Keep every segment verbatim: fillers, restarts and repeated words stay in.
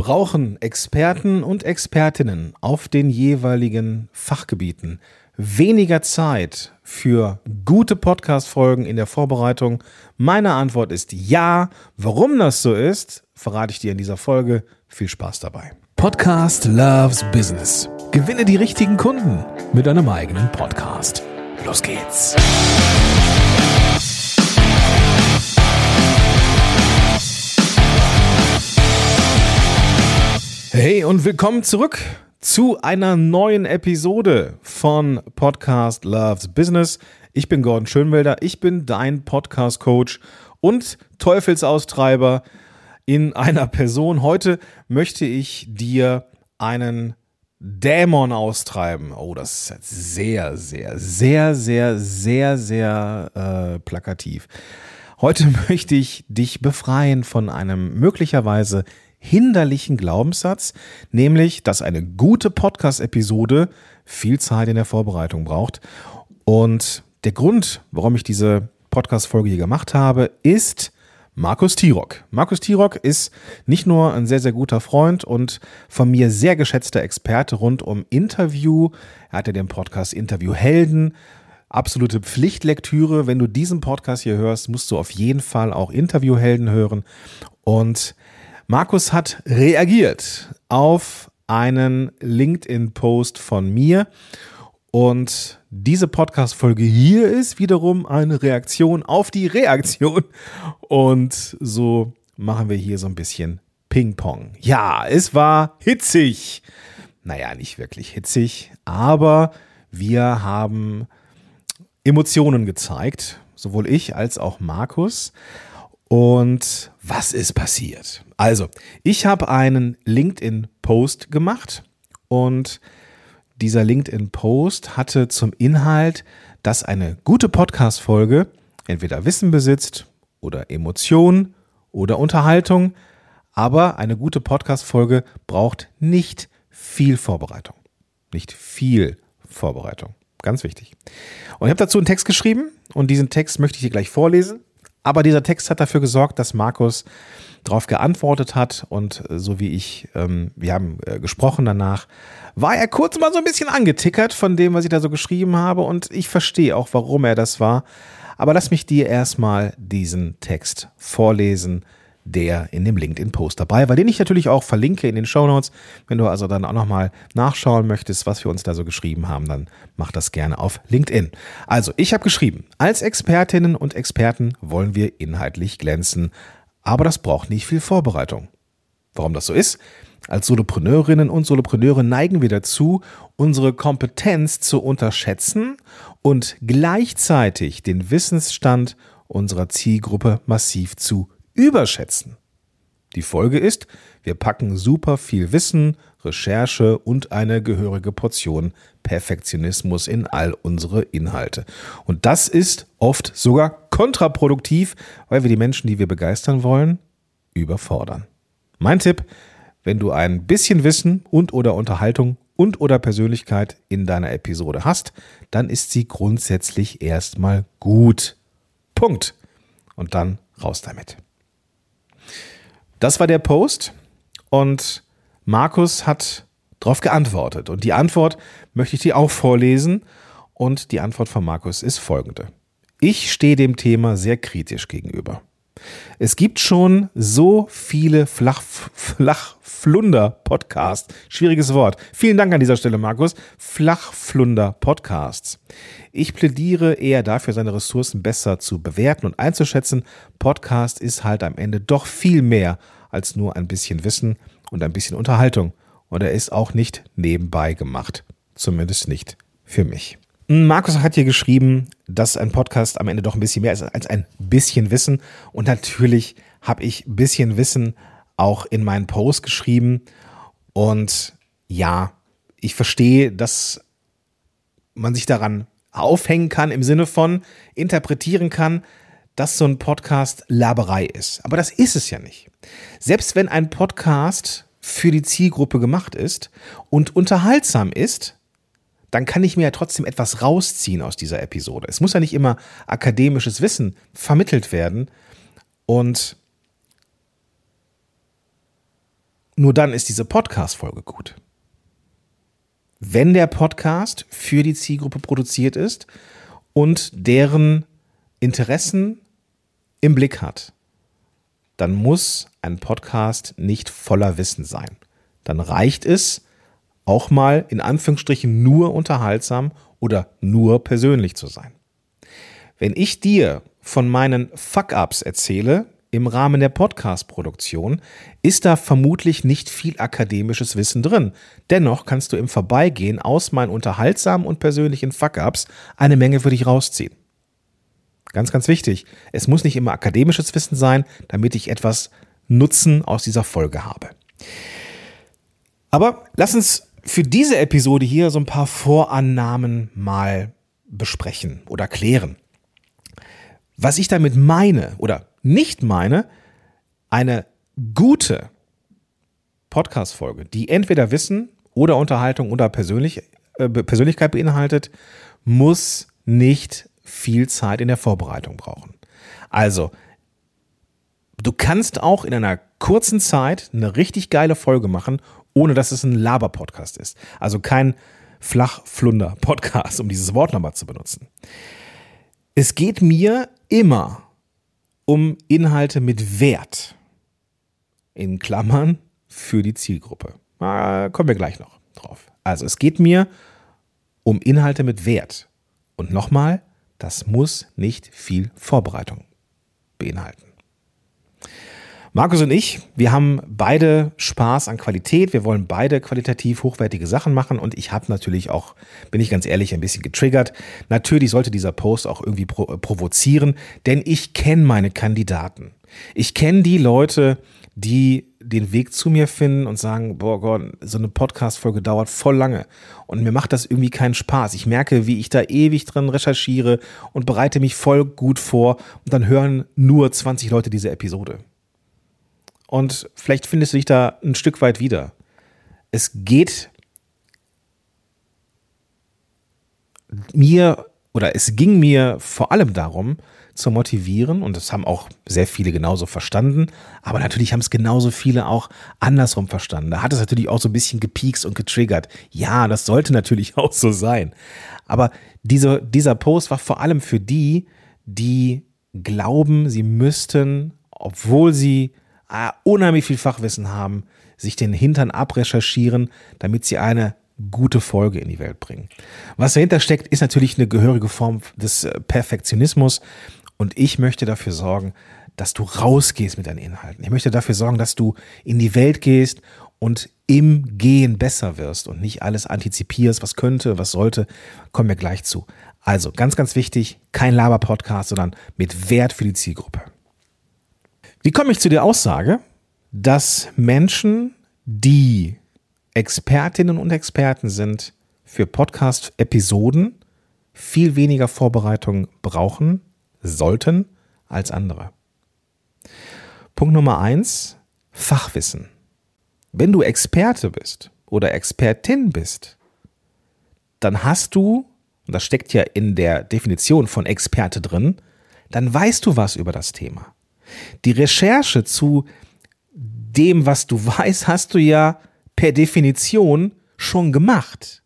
Brauchen Experten und Expertinnen auf den jeweiligen Fachgebieten weniger Zeit für gute Podcast-Folgen in der Vorbereitung? Meine Antwort ist ja. Warum das so ist, verrate ich dir in dieser Folge. Viel Spaß dabei. Podcast Loves Business. Gewinne die richtigen Kunden mit deinem eigenen Podcast. Los geht's. Hey und willkommen zurück zu einer neuen Episode von Podcast Loves Business. Ich bin Gordon Schönwelder, ich bin dein Podcast-Coach und Teufelsaustreiber in einer Person. Heute möchte ich dir einen Dämon austreiben. Oh, das ist sehr, sehr, sehr, sehr, sehr, sehr äh, plakativ. Heute möchte ich dich befreien von einem möglicherweise hinderlichen Glaubenssatz, nämlich, dass eine gute Podcast-Episode viel Zeit in der Vorbereitung braucht. Und der Grund, warum ich diese Podcast-Folge hier gemacht habe, ist Markus Tirok. Markus Tirok ist nicht nur ein sehr, sehr guter Freund und von mir sehr geschätzter Experte rund um Interview. Er hatte den Podcast Interviewhelden. Absolute Pflichtlektüre. Wenn du diesen Podcast hier hörst, musst du auf jeden Fall auch Interviewhelden hören. Und Markus hat reagiert auf einen LinkedIn-Post von mir und diese Podcast-Folge hier ist wiederum eine Reaktion auf die Reaktion und so machen wir hier so ein bisschen Ping-Pong. Ja, es war hitzig. Naja, nicht wirklich hitzig, aber wir haben Emotionen gezeigt, sowohl ich als auch Markus. Und was ist passiert? Also, ich habe einen LinkedIn-Post gemacht und dieser LinkedIn-Post hatte zum Inhalt, dass eine gute Podcast-Folge entweder Wissen besitzt oder Emotion oder Unterhaltung, aber eine gute Podcast-Folge braucht nicht viel Vorbereitung. Nicht viel Vorbereitung. Ganz wichtig. Und ich habe dazu einen Text geschrieben und diesen Text möchte ich dir gleich vorlesen. Aber dieser Text hat dafür gesorgt, dass Markus darauf geantwortet hat und so wie ich, ähm, wir haben äh, gesprochen danach, war er kurz mal so ein bisschen angetickert von dem, was ich da so geschrieben habe und ich verstehe auch, warum er das war. Aber lass mich dir erstmal diesen Text vorlesen, der in dem LinkedIn-Post dabei war, den ich natürlich auch verlinke in den Shownotes. Wenn du also dann auch nochmal nachschauen möchtest, was wir uns da so geschrieben haben, dann mach das gerne auf LinkedIn. Also, ich habe geschrieben, als Expertinnen und Experten wollen wir inhaltlich glänzen, aber das braucht nicht viel Vorbereitung. Warum das so ist? Als Solopreneurinnen und Solopreneure neigen wir dazu, unsere Kompetenz zu unterschätzen und gleichzeitig den Wissensstand unserer Zielgruppe massiv zu überschätzen. Die Folge ist, wir packen super viel Wissen, Recherche und eine gehörige Portion Perfektionismus in all unsere Inhalte. Und das ist oft sogar kontraproduktiv, weil wir die Menschen, die wir begeistern wollen, überfordern. Mein Tipp, wenn du ein bisschen Wissen und oder Unterhaltung und oder Persönlichkeit in deiner Episode hast, dann ist sie grundsätzlich erstmal gut. Punkt. Und dann raus damit. Das war der Post und Markus hat darauf geantwortet. Und die Antwort möchte ich dir auch vorlesen. Und die Antwort von Markus ist folgende. Ich stehe dem Thema sehr kritisch gegenüber. Es gibt schon so viele Flach, Flachflunder-Podcasts. Schwieriges Wort. Vielen Dank an dieser Stelle, Markus. Flachflunder-Podcasts. Ich plädiere eher dafür, seine Ressourcen besser zu bewerten und einzuschätzen. Podcast ist halt am Ende doch viel mehr als nur ein bisschen Wissen und ein bisschen Unterhaltung. Und er ist auch nicht nebenbei gemacht. Zumindest nicht für mich. Markus hat hier geschrieben, dass ein Podcast am Ende doch ein bisschen mehr ist als ein bisschen Wissen. Und natürlich habe ich ein bisschen Wissen auch in meinen Post geschrieben. Und ja, ich verstehe, dass man sich daran aufhängen kann, im Sinne von interpretieren kann, dass so ein Podcast Laberei ist. Aber das ist es ja nicht. Selbst wenn ein Podcast für die Zielgruppe gemacht ist und unterhaltsam ist, dann kann ich mir ja trotzdem etwas rausziehen aus dieser Episode. Es muss ja nicht immer akademisches Wissen vermittelt werden. Und nur dann ist diese Podcast-Folge gut. Wenn der Podcast für die Zielgruppe produziert ist und deren Interessen im Blick hat, dann muss ein Podcast nicht voller Wissen sein. Dann reicht es auch mal in Anführungsstrichen nur unterhaltsam oder nur persönlich zu sein. Wenn ich dir von meinen Fuck-Ups erzähle im Rahmen der Podcast-Produktion, ist da vermutlich nicht viel akademisches Wissen drin. Dennoch kannst du im Vorbeigehen aus meinen unterhaltsamen und persönlichen Fuck-Ups eine Menge für dich rausziehen. Ganz, ganz wichtig. Es muss nicht immer akademisches Wissen sein, damit ich etwas Nutzen aus dieser Folge habe. Aber lass uns für diese Episode hier so ein paar Vorannahmen mal besprechen oder klären. Was ich damit meine oder nicht meine, eine gute Podcast-Folge, die entweder Wissen oder Unterhaltung oder Persönlich, äh, Persönlichkeit beinhaltet, muss nicht viel Zeit in der Vorbereitung brauchen. Also, du kannst auch in einer kurzen Zeit eine richtig geile Folge machen, ohne dass es ein Laber-Podcast ist. Also kein Flachflunder-Podcast, um dieses Wort nochmal zu benutzen. Es geht mir immer um Inhalte mit Wert. In Klammern für die Zielgruppe. Da kommen wir gleich noch drauf. Also es geht mir um Inhalte mit Wert. Und nochmal, das muss nicht viel Vorbereitung beinhalten. Markus und ich, wir haben beide Spaß an Qualität. Wir wollen beide qualitativ hochwertige Sachen machen. Und ich habe natürlich auch, bin ich ganz ehrlich, ein bisschen getriggert. Natürlich sollte dieser Post auch irgendwie pro- provozieren, denn ich kenne meine Kandidaten. Ich kenne die Leute, die den Weg zu mir finden und sagen, boah Gott, so eine Podcast-Folge dauert voll lange und mir macht das irgendwie keinen Spaß. Ich merke, wie ich da ewig dran recherchiere und bereite mich voll gut vor und dann hören nur zwanzig Leute diese Episode. Und vielleicht findest du dich da ein Stück weit wieder. Es geht mir oder es ging mir vor allem darum, zu motivieren, und das haben auch sehr viele genauso verstanden, aber natürlich haben es genauso viele auch andersrum verstanden. Da hat es natürlich auch so ein bisschen gepiekst und getriggert. Ja, das sollte natürlich auch so sein. Aber diese, dieser Post war vor allem für die, die glauben, sie müssten, obwohl sie äh, unheimlich viel Fachwissen haben, sich den Hintern abrecherchieren, damit sie eine gute Folge in die Welt bringen. Was dahinter steckt, ist natürlich eine gehörige Form des Perfektionismus. Und ich möchte dafür sorgen, dass du rausgehst mit deinen Inhalten. Ich möchte dafür sorgen, dass du in die Welt gehst und im Gehen besser wirst und nicht alles antizipierst, was könnte, was sollte. Kommen wir gleich zu. Also ganz, ganz wichtig, kein Laber-Podcast, sondern mit Wert für die Zielgruppe. Wie komme ich zu der Aussage, dass Menschen, die Expertinnen und Experten sind für Podcast-Episoden, viel weniger Vorbereitung brauchen sollten als andere? Punkt Nummer eins, Fachwissen. Wenn du Experte bist oder Expertin bist, dann hast du, und das steckt ja in der Definition von Experte drin, dann weißt du was über das Thema. Die Recherche zu dem, was du weißt, hast du ja per Definition schon gemacht.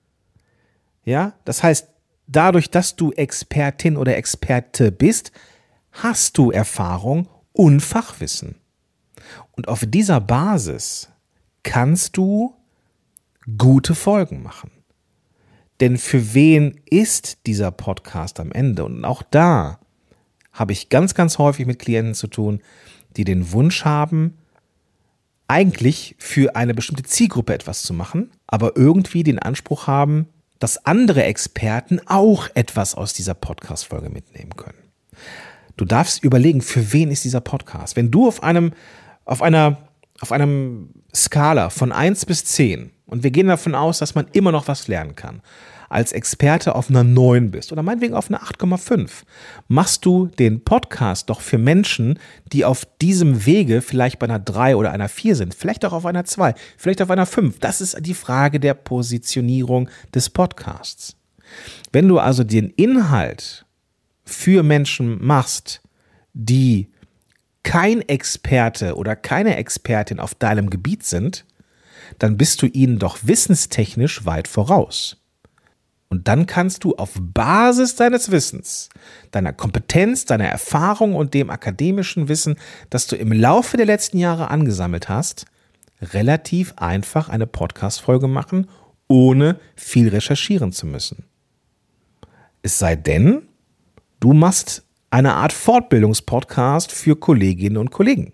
Ja, das heißt, dadurch, dass du Expertin oder Experte bist, hast du Erfahrung und Fachwissen. Und auf dieser Basis kannst du gute Folgen machen. Denn für wen ist dieser Podcast am Ende? Und auch da habe ich ganz, ganz häufig mit Klienten zu tun, die den Wunsch haben, eigentlich für eine bestimmte Zielgruppe etwas zu machen, aber irgendwie den Anspruch haben, dass andere Experten auch etwas aus dieser Podcast-Folge mitnehmen können. Du darfst überlegen, für wen ist dieser Podcast? Wenn du auf einem, auf einer, auf einem Skala von eins bis zehn, und wir gehen davon aus, dass man immer noch was lernen kann, als Experte auf einer neun bist oder meinetwegen auf einer acht Komma fünf, machst du den Podcast doch für Menschen, die auf diesem Wege vielleicht bei einer drei oder einer vier sind, vielleicht auch auf einer zwei, vielleicht auf einer fünf. Das ist die Frage der Positionierung des Podcasts. Wenn du also den Inhalt für Menschen machst, die kein Experte oder keine Expertin auf deinem Gebiet sind, dann bist du ihnen doch wissenstechnisch weit voraus. Und dann kannst du auf Basis deines Wissens, deiner Kompetenz, deiner Erfahrung und dem akademischen Wissen, das du im Laufe der letzten Jahre angesammelt hast, relativ einfach eine Podcast-Folge machen, ohne viel recherchieren zu müssen. Es sei denn, du machst eine Art Fortbildungspodcast für Kolleginnen und Kollegen.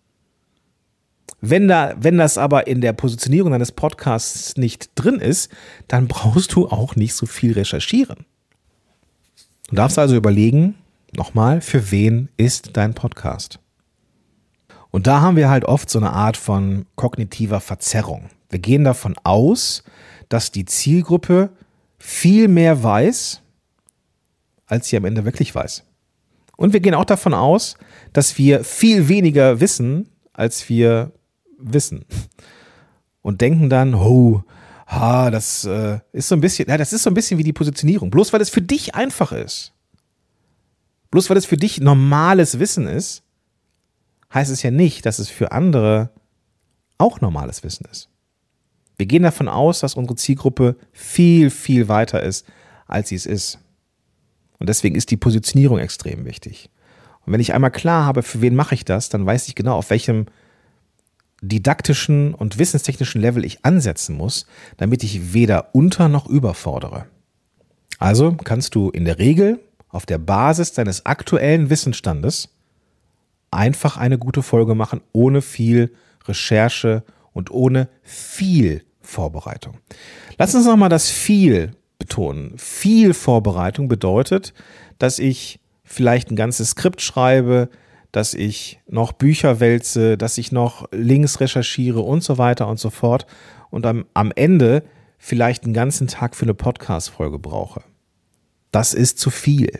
Wenn, da, wenn das aber in der Positionierung deines Podcasts nicht drin ist, dann brauchst du auch nicht so viel recherchieren. Du darfst also überlegen, nochmal, für wen ist dein Podcast? Und da haben wir halt oft so eine Art von kognitiver Verzerrung. Wir gehen davon aus, dass die Zielgruppe viel mehr weiß, als sie am Ende wirklich weiß. Und wir gehen auch davon aus, dass wir viel weniger wissen, als wir wissen. Und denken dann, oh, ha, das äh, ist so ein bisschen, ja, das ist so ein bisschen wie die Positionierung. Bloß weil es für dich einfach ist, bloß weil es für dich normales Wissen ist, heißt es ja nicht, dass es für andere auch normales Wissen ist. Wir gehen davon aus, dass unsere Zielgruppe viel, viel weiter ist, als sie es ist. Und deswegen ist die Positionierung extrem wichtig. Und wenn ich einmal klar habe, für wen mache ich das, dann weiß ich genau, auf welchem didaktischen und wissenstechnischen Level ich ansetzen muss, damit ich weder unter- noch überfordere. Also kannst du in der Regel auf der Basis deines aktuellen Wissensstandes einfach eine gute Folge machen, ohne viel Recherche und ohne viel Vorbereitung. Lass uns nochmal das viel betonen. Viel Vorbereitung bedeutet, dass ich vielleicht ein ganzes Skript schreibe, dass ich noch Bücher wälze, dass ich noch Links recherchiere und so weiter und so fort und am, am Ende vielleicht einen ganzen Tag für eine Podcast-Folge brauche. Das ist zu viel.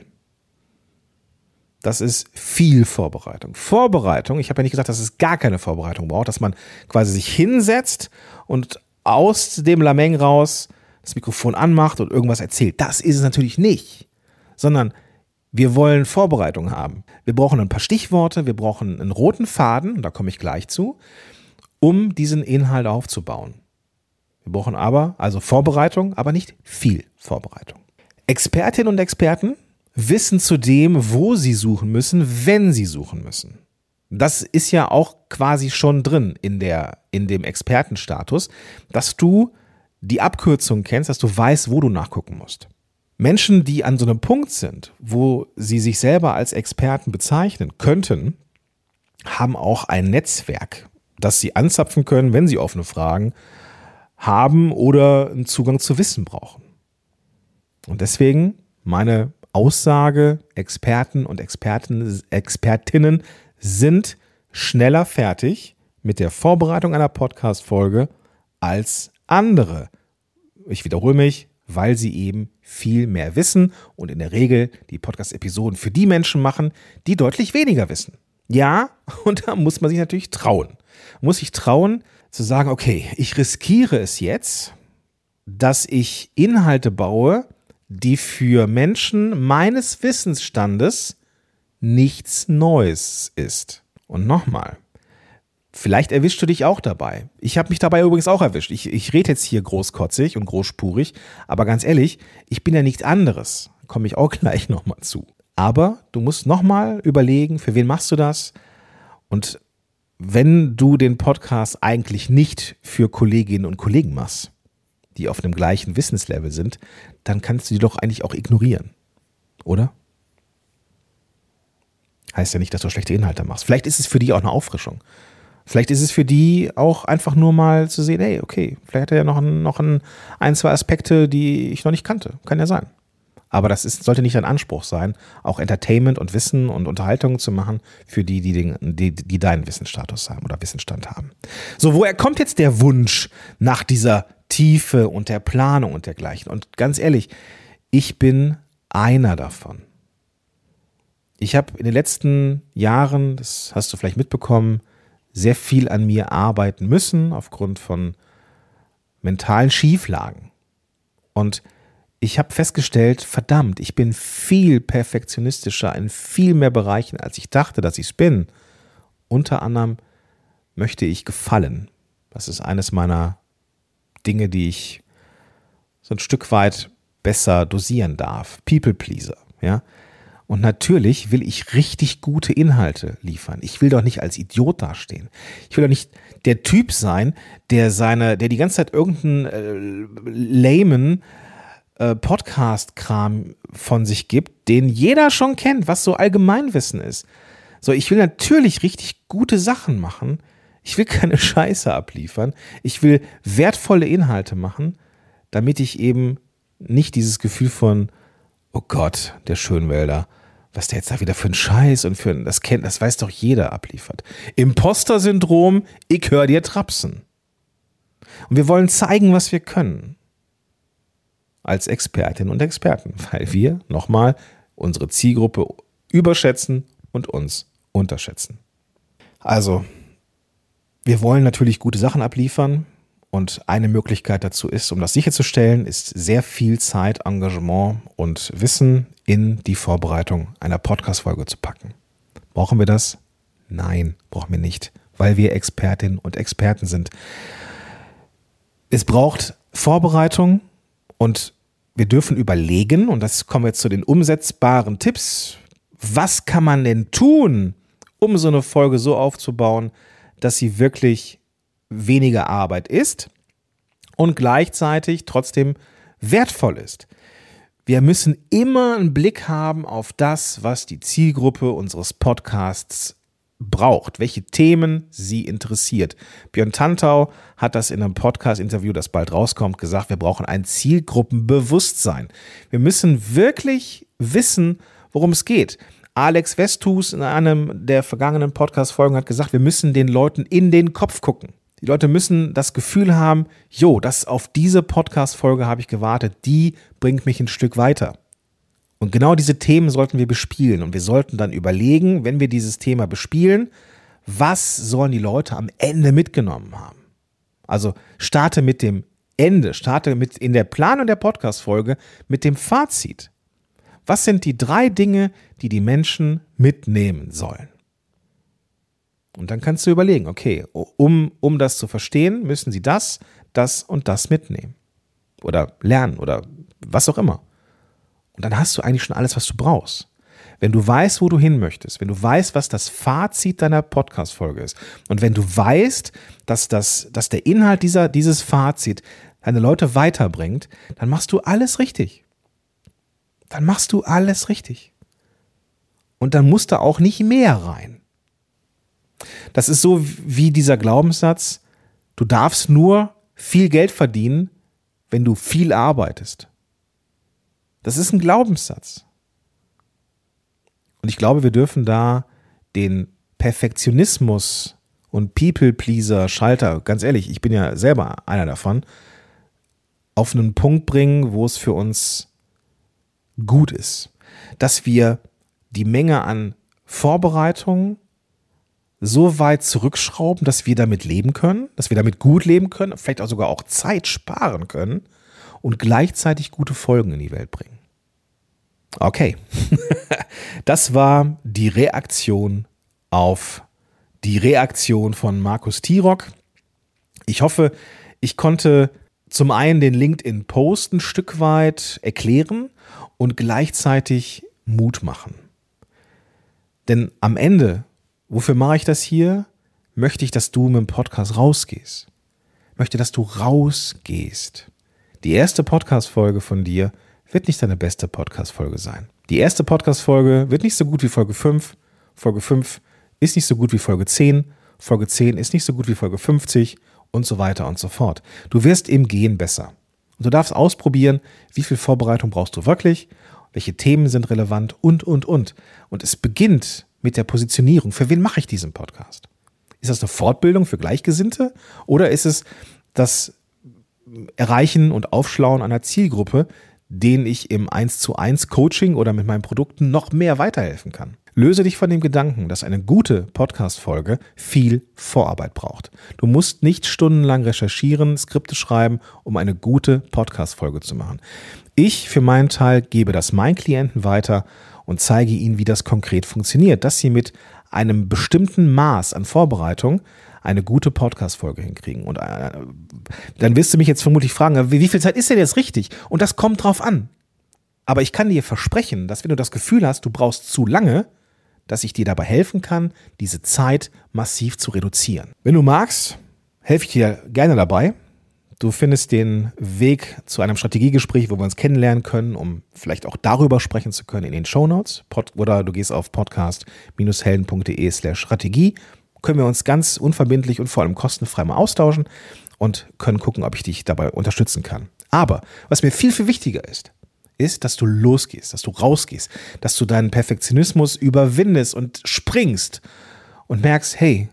Das ist viel Vorbereitung. Vorbereitung, ich habe ja nicht gesagt, dass es gar keine Vorbereitung braucht, dass man quasi sich hinsetzt und aus dem Lameng raus das Mikrofon anmacht und irgendwas erzählt. Das ist es natürlich nicht, sondern wir wollen Vorbereitung haben. Wir brauchen ein paar Stichworte, wir brauchen einen roten Faden, und da komme ich gleich zu, um diesen Inhalt aufzubauen. Wir brauchen aber, also Vorbereitung, aber nicht viel Vorbereitung. Expertinnen und Experten wissen zudem, wo sie suchen müssen, wenn sie suchen müssen. Das ist ja auch quasi schon drin in der, in dem Expertenstatus, dass du die Abkürzung kennst, dass du weißt, wo du nachgucken musst. Menschen, die an so einem Punkt sind, wo sie sich selber als Experten bezeichnen könnten, haben auch ein Netzwerk, das sie anzapfen können, wenn sie offene Fragen haben oder einen Zugang zu Wissen brauchen. Und deswegen meine Aussage, Experten und Experten, Expertinnen sind schneller fertig mit der Vorbereitung einer Podcast-Folge als andere. Ich wiederhole mich, weil sie eben viel mehr wissen und in der Regel die Podcast-Episoden für die Menschen machen, die deutlich weniger wissen. Ja, und da muss man sich natürlich trauen. Man muss sich trauen zu sagen, okay, ich riskiere es jetzt, dass ich Inhalte baue, die für Menschen meines Wissensstandes nichts Neues ist. Und nochmal, vielleicht erwischst du dich auch dabei. Ich habe mich dabei übrigens auch erwischt. Ich, ich rede jetzt hier großkotzig und großspurig, aber ganz ehrlich, ich bin ja nichts anderes. Komme ich auch gleich nochmal zu. Aber du musst nochmal überlegen, für wen machst du das? Und wenn du den Podcast eigentlich nicht für Kolleginnen und Kollegen machst, die auf einem gleichen Wissenslevel sind, dann kannst du die doch eigentlich auch ignorieren, oder? Heißt ja nicht, dass du schlechte Inhalte machst. Vielleicht ist es für die auch eine Auffrischung. Vielleicht ist es für die auch einfach nur mal zu sehen, hey, okay, vielleicht hat er ja noch, ein, noch ein, ein, zwei Aspekte, die ich noch nicht kannte. Kann ja sein. Aber das ist, sollte nicht dein Anspruch sein, auch Entertainment und Wissen und Unterhaltung zu machen für die, die, den, die, die deinen Wissensstatus haben oder Wissensstand haben. So, woher kommt jetzt der Wunsch nach dieser Tiefe und der Planung und dergleichen? Und ganz ehrlich, ich bin einer davon. Ich habe in den letzten Jahren, das hast du vielleicht mitbekommen, sehr viel an mir arbeiten müssen aufgrund von mentalen Schieflagen. Und ich habe festgestellt, verdammt, ich bin viel perfektionistischer in viel mehr Bereichen, als ich dachte, dass ich es bin. unter anderem möchte ich gefallen. Das ist eines meiner Dinge, die ich so ein Stück weit besser dosieren darf. People Pleaser, ja. Und natürlich will ich richtig gute Inhalte liefern. Ich will doch nicht als Idiot dastehen. Ich will doch nicht der Typ sein, der seine, der die ganze Zeit irgendeinen äh, lamen äh, Podcast-Kram von sich gibt, den jeder schon kennt, was so Allgemeinwissen ist. So, ich will natürlich richtig gute Sachen machen. Ich will keine Scheiße abliefern. Ich will wertvolle Inhalte machen, damit ich eben nicht dieses Gefühl von, oh Gott, der Schönwälder, was der jetzt da wieder für einen Scheiß und für ein, das kennt, das weiß doch jeder, abliefert. Imposter-Syndrom, ich höre dir trapsen. Und wir wollen zeigen, was wir können. Als Expertinnen und Experten, weil wir, nochmal, unsere Zielgruppe überschätzen und uns unterschätzen. Also, wir wollen natürlich gute Sachen abliefern. Und eine Möglichkeit dazu ist, um das sicherzustellen, ist sehr viel Zeit, Engagement und Wissen in die Vorbereitung einer Podcast-Folge zu packen. Brauchen wir das? Nein, brauchen wir nicht, weil wir Expertinnen und Experten sind. Es braucht Vorbereitung und wir dürfen überlegen, und das kommen wir jetzt zu den umsetzbaren Tipps, was kann man denn tun, um so eine Folge so aufzubauen, dass sie wirklich weniger Arbeit ist und gleichzeitig trotzdem wertvoll ist. Wir müssen immer einen Blick haben auf das, was die Zielgruppe unseres Podcasts braucht, welche Themen sie interessiert. Björn Tantau hat das in einem Podcast-Interview, das bald rauskommt, gesagt, wir brauchen ein Zielgruppenbewusstsein. Wir müssen wirklich wissen, worum es geht. Alex Westhus in einem der vergangenen Podcast-Folgen hat gesagt, wir müssen den Leuten in den Kopf gucken. Die Leute müssen das Gefühl haben, jo, das auf diese Podcast-Folge habe ich gewartet, die bringt mich ein Stück weiter. Und genau diese Themen sollten wir bespielen und wir sollten dann überlegen, wenn wir dieses Thema bespielen, was sollen die Leute am Ende mitgenommen haben? Also starte mit dem Ende, starte mit in der Planung der Podcast-Folge mit dem Fazit. Was sind die drei Dinge, die die Menschen mitnehmen sollen? Und dann kannst du überlegen, okay, um, um das zu verstehen, müssen sie das, das und das mitnehmen. Oder lernen oder was auch immer. Und dann hast du eigentlich schon alles, was du brauchst. Wenn du weißt, wo du hin möchtest, wenn du weißt, was das Fazit deiner Podcast-Folge ist und wenn du weißt, dass, das, dass der Inhalt dieser, dieses Fazit deine Leute weiterbringt, dann machst du alles richtig. Dann machst du alles richtig. Und dann musst du auch nicht mehr rein. Das ist so wie dieser Glaubenssatz, du darfst nur viel Geld verdienen, wenn du viel arbeitest. Das ist ein Glaubenssatz. Und ich glaube, wir dürfen da den Perfektionismus und People-Pleaser-Schalter, ganz ehrlich, ich bin ja selber einer davon, auf einen Punkt bringen, wo es für uns gut ist. Dass wir die Menge an Vorbereitungen so weit zurückschrauben, dass wir damit leben können, dass wir damit gut leben können, vielleicht auch sogar auch Zeit sparen können und gleichzeitig gute Folgen in die Welt bringen. Okay, das war die Reaktion auf die Reaktion von Markus Tirok. Ich hoffe, ich konnte zum einen den LinkedIn-Post ein Stück weit erklären und gleichzeitig Mut machen. Denn am Ende, wofür mache ich das hier? Möchte ich, dass du mit dem Podcast rausgehst. Möchte, dass du rausgehst. Die erste Podcast-Folge von dir wird nicht deine beste Podcast-Folge sein. Die erste Podcast-Folge wird nicht so gut wie Folge fünf. Folge fünf ist nicht so gut wie Folge zehn. Folge zehn ist nicht so gut wie Folge fünfzig und so weiter und so fort. Du wirst im Gehen besser. Und du darfst ausprobieren, wie viel Vorbereitung brauchst du wirklich, welche Themen sind relevant und, und, und. Und es beginnt mit der Positionierung. Für wen mache ich diesen Podcast? Ist das eine Fortbildung für Gleichgesinnte oder ist es das Erreichen und Aufschlauen einer Zielgruppe, denen ich im eins zu eins Coaching oder mit meinen Produkten noch mehr weiterhelfen kann? Löse dich von dem Gedanken, dass eine gute Podcast-Folge viel Vorarbeit braucht. Du musst nicht stundenlang recherchieren, Skripte schreiben, um eine gute Podcast-Folge zu machen. Ich für meinen Teil gebe das meinen Klienten weiter und zeige ihnen, wie das konkret funktioniert, dass sie mit einem bestimmten Maß an Vorbereitung eine gute Podcast-Folge hinkriegen. Und äh, dann wirst du mich jetzt vermutlich fragen, wie, wie viel Zeit ist denn jetzt richtig? Und das kommt drauf an. Aber ich kann dir versprechen, dass wenn du das Gefühl hast, du brauchst zu lange, dass ich dir dabei helfen kann, diese Zeit massiv zu reduzieren. Wenn du magst, helfe ich dir gerne dabei. Du findest den Weg zu einem Strategiegespräch, wo wir uns kennenlernen können, um vielleicht auch darüber sprechen zu können, in den Shownotes. Pod- oder du gehst auf podcast-helden.de slash Strategie. Können wir uns ganz unverbindlich und vor allem kostenfrei mal austauschen und können gucken, ob ich dich dabei unterstützen kann. Aber was mir viel, viel wichtiger ist, ist, dass du losgehst, dass du rausgehst, dass du deinen Perfektionismus überwindest und springst und merkst, hey,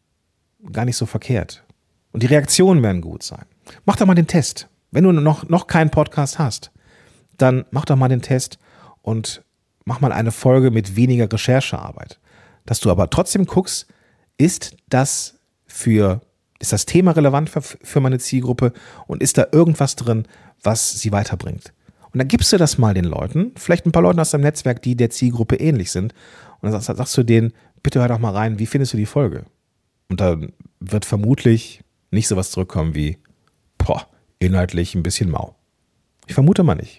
gar nicht so verkehrt. Und die Reaktionen werden gut sein. Mach doch mal den Test. Wenn du noch, noch keinen Podcast hast, dann mach doch mal den Test und mach mal eine Folge mit weniger Recherchearbeit. Dass du aber trotzdem guckst, ist das für, ist das Thema relevant für, für meine Zielgruppe und ist da irgendwas drin, was sie weiterbringt? Und dann gibst du das mal den Leuten, vielleicht ein paar Leuten aus deinem Netzwerk, die der Zielgruppe ähnlich sind. Und dann sagst, sagst du denen, bitte hör doch mal rein, wie findest du die Folge? Und dann wird vermutlich nicht sowas zurückkommen wie, boah, inhaltlich ein bisschen mau. Ich vermute mal nicht.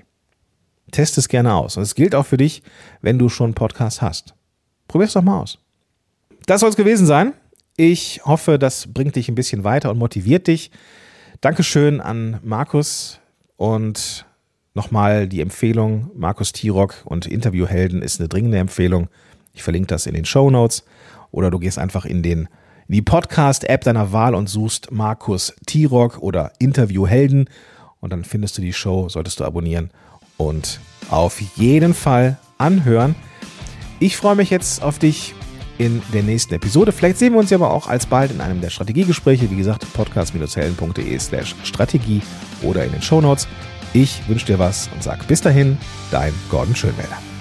Test es gerne aus. Und es gilt auch für dich, wenn du schon einen Podcast hast. Probier es doch mal aus. Das soll es gewesen sein. Ich hoffe, das bringt dich ein bisschen weiter und motiviert dich. Dankeschön an Markus und nochmal die Empfehlung, Markus Tirok und Interviewhelden ist eine dringende Empfehlung. Ich verlinke das in den Shownotes oder du gehst einfach in, den, in die Podcast-App deiner Wahl und suchst Markus Tirok oder Interviewhelden und dann findest du die Show, solltest du abonnieren und auf jeden Fall anhören. Ich freue mich jetzt auf dich in der nächsten Episode. Vielleicht sehen wir uns ja aber auch alsbald in einem der Strategiegespräche. Wie gesagt, podcast-helden.de slash Strategie oder in den Shownotes. Ich wünsche dir was und sag bis dahin, dein Gordon Schönwälder.